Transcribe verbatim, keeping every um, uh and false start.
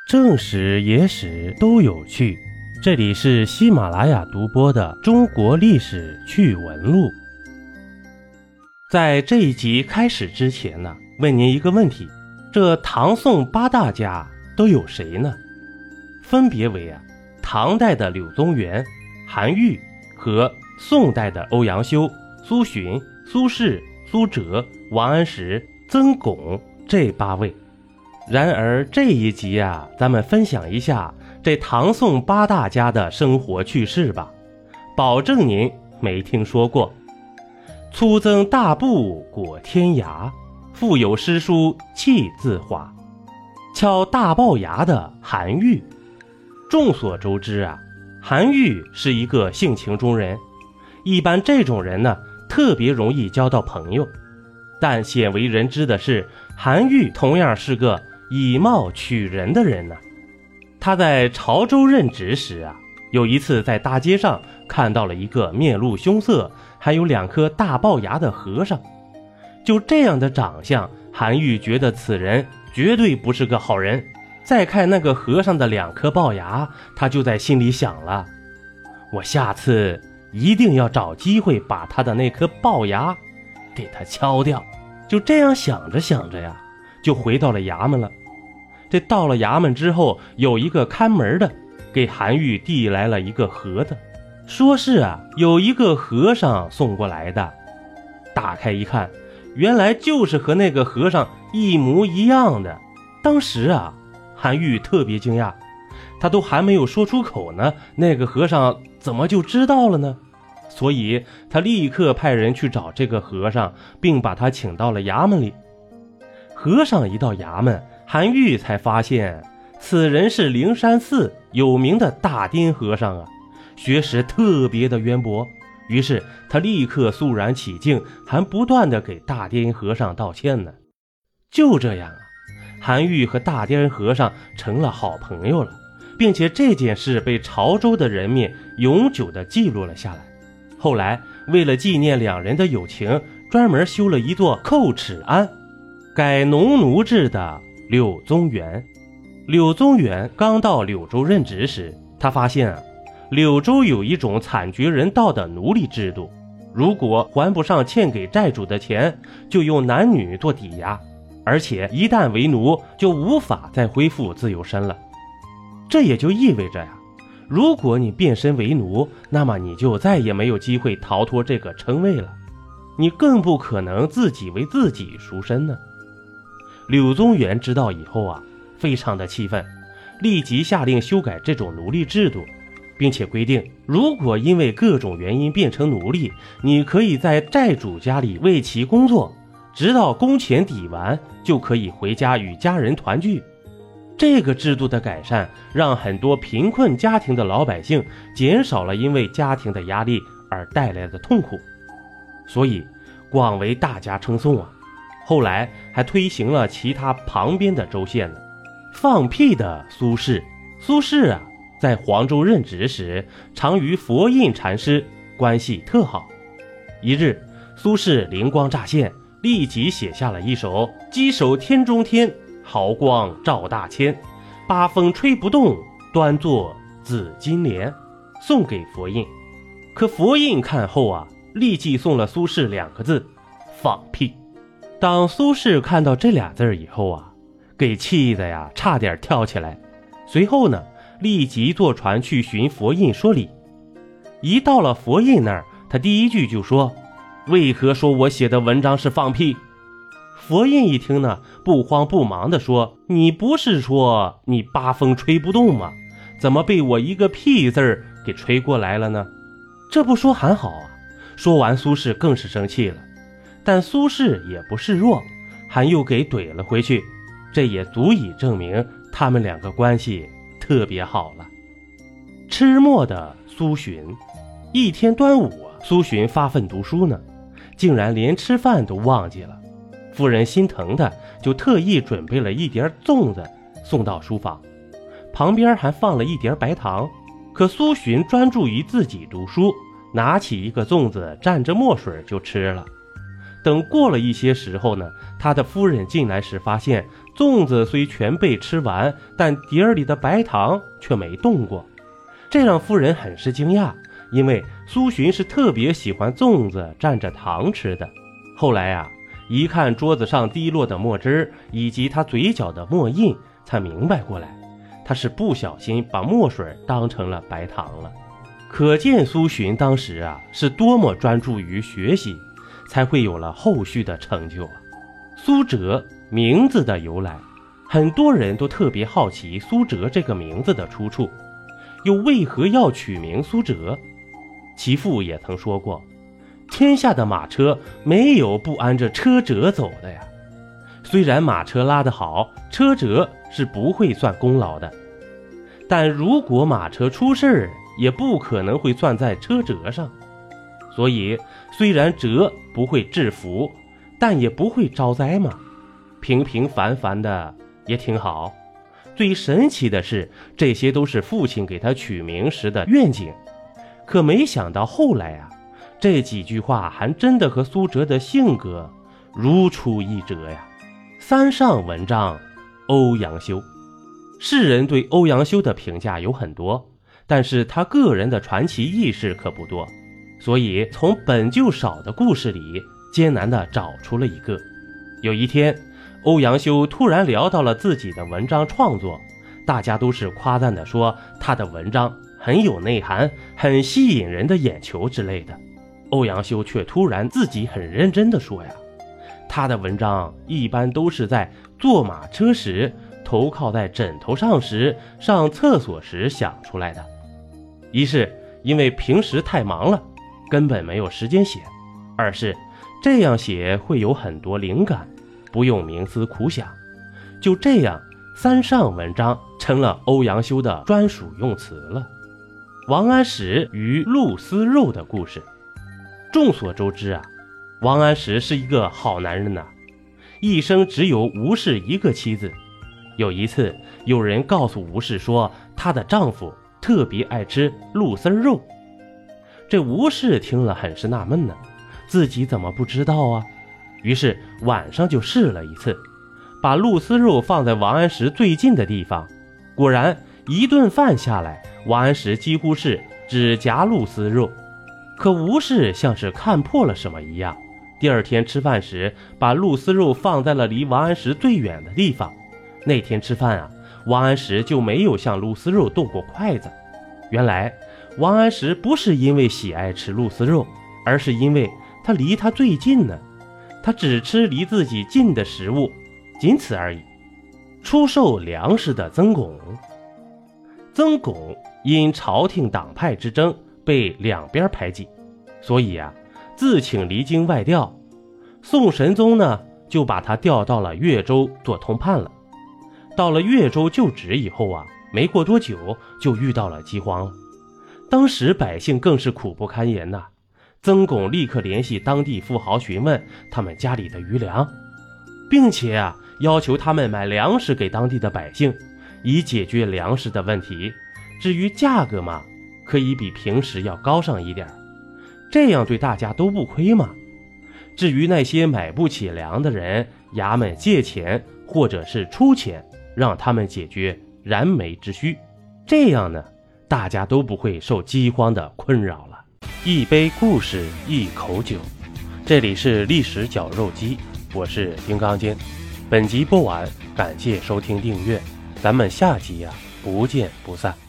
正史野史都有趣，这里是喜马拉雅独播的中国历史趣闻录。在这一集开始之前呢，问您一个问题，这唐宋八大家都有谁呢？分别为啊，唐代的柳宗元、韩愈和宋代的欧阳修、苏洵、苏轼、苏辙、王安石、曾巩这八位。然而这一集啊，咱们分享一下这唐宋八大家的生活趣事吧，保证您没听说过。粗增大布裹天涯，腹有诗书气自华。敲大龅牙的韩愈。众所周知啊，韩愈是一个性情中人，一般这种人呢，特别容易交到朋友。但鲜为人知的是，韩愈同样是个以貌取人的人呢。他在潮州任职时啊，有一次在大街上看到了一个面露凶色还有两颗大龅牙的和尚。就这样的长相，韩愈觉得此人绝对不是个好人。再看那个和尚的两颗龅牙，他就在心里想了，我下次一定要找机会把他的那颗龅牙给他敲掉。就这样想着想着呀，就回到了衙门了。这到了衙门之后，有一个看门的给韩愈递来了一个盒子，说是啊，有一个和尚送过来的。打开一看，原来就是和那个和尚一模一样的。当时啊，韩愈特别惊讶，他都还没有说出口呢，那个和尚怎么就知道了呢？所以他立刻派人去找这个和尚，并把他请到了衙门里。和尚一到衙门，韩愈才发现此人是灵山寺有名的大颠和尚啊，学识特别的渊博。于是他立刻肃然起敬，还不断的给大颠和尚道歉呢。就这样啊，韩愈和大颠和尚成了好朋友了，并且这件事被潮州的人民永久的记录了下来。后来为了纪念两人的友情，专门修了一座寇耻庵，改农奴制的柳宗元。柳宗元刚到柳州任职时，他发现啊，柳州有一种惨绝人道的奴隶制度，如果还不上欠给债主的钱，就用男女做抵押，而且一旦为奴，就无法再恢复自由身了。这也就意味着呀，如果你变身为奴，那么你就再也没有机会逃脱这个称谓了，你更不可能自己为自己赎身呢。柳宗元知道以后啊，非常的气愤，立即下令修改这种奴隶制度，并且规定，如果因为各种原因变成奴隶，你可以在债主家里为其工作，直到工钱抵完，就可以回家与家人团聚。这个制度的改善，让很多贫困家庭的老百姓减少了因为家庭的压力而带来的痛苦，所以广为大家称颂啊。后来还推行了其他旁边的州县呢。放屁的苏轼，苏轼啊，在黄州任职时，常与佛印禅师关系特好。一日，苏轼灵光乍现，立即写下了一首鸡首天中天，毫光照大千，八风吹不动，端坐紫金莲，送给佛印。可佛印看后啊，立即送了苏轼两个字，放屁。当苏轼看到这俩字以后啊，给气的呀差点跳起来。随后呢，立即坐船去寻佛印说理。一到了佛印那儿，他第一句就说，为何说我写的文章是放屁？佛印一听呢，不慌不忙地说，你不是说你八风吹不动吗？怎么被我一个屁字儿给吹过来了呢？这不说还好啊。说完，苏轼更是生气了，但苏轼也不示弱，还又给怼了回去。这也足以证明他们两个关系特别好了。吃墨的苏洵。一天端午啊，苏洵发奋读书呢，竟然连吃饭都忘记了。夫人心疼的，就特意准备了一碟粽子送到书房，旁边还放了一碟白糖。可苏洵专注于自己读书，拿起一个粽子蘸着墨水就吃了。 等过了一些时候呢，他的夫人进来时发现粽子虽全被吃完，但碟儿里的白糖却没动过，这让夫人很是惊讶，因为苏洵是特别喜欢粽子蘸着糖吃的。后来啊，一看桌子上滴落的墨汁以及他嘴角的墨印，才明白过来，他是不小心把墨水当成了白糖了。可见苏洵当时啊是多么专注于学习，才会有了后续的成就啊。苏辙名字的由来，很多人都特别好奇苏辙这个名字的出处，又为何要取名苏辙？其父也曾说过，天下的马车没有不按着车辙走的呀。虽然马车拉得好，车辙是不会算功劳的，但如果马车出事儿，也不可能会算在车辙上。所以虽然辙不会制服，但也不会招灾嘛，平平凡凡的也挺好。最神奇的是，这些都是父亲给他取名时的愿景。可没想到后来啊，这几句话还真的和苏辙的性格如出一辙呀。三上文章，欧阳修。世人对欧阳修的评价有很多，但是他个人的传奇轶事可不多，所以从本就少的故事里艰难地找出了一个。有一天，欧阳修突然聊到了自己的文章创作，大家都是夸赞地说他的文章很有内涵，很吸引人的眼球之类的。欧阳修却突然自己很认真地说呀，他的文章一般都是在坐马车时、头靠在枕头上时、上厕所时想出来的。一是因为平时太忙了，根本没有时间写；二是这样写会有很多灵感，不用冥思苦想。就这样，三上文章成了欧阳修的专属用词了。王安石与陆丝肉的故事，众所周知啊，王安石是一个好男人呐、啊，一生只有吴氏一个妻子。有一次，有人告诉吴氏说，她的丈夫特别爱吃鹿丝肉。这吴氏听了很是纳闷呢，自己怎么不知道啊？于是晚上就试了一次，把鹿丝肉放在王安石最近的地方。果然一顿饭下来，王安石几乎是只夹鹿丝肉。可吴氏像是看破了什么一样，第二天吃饭时把鹿丝肉放在了离王安石最远的地方。那天吃饭啊，王安石就没有向鹿丝肉动过筷子。原来王安石不是因为喜爱吃鹿丝肉，而是因为他离他最近呢，他只吃离自己近的食物，仅此而已。出售粮食的曾巩，曾巩因朝廷党派之争被两边排挤，所以啊，自请离京外调。宋神宗呢，就把他调到了越州做通判了。到了越州就职以后啊，没过多久就遇到了饥荒了，当时百姓更是苦不堪言呐、啊。曾巩立刻联系当地富豪询问他们家里的余粮，并且啊，要求他们买粮食给当地的百姓，以解决粮食的问题。至于价格嘛，可以比平时要高上一点，这样对大家都不亏嘛。至于那些买不起粮的人，衙门借钱或者是出钱让他们解决燃眉之需，这样呢，大家都不会受饥荒的困扰了。一杯故事，一口酒，这里是历史绞肉机，我是丁刚坚。本集播完，感谢收听订阅，咱们下集呀、啊，不见不散。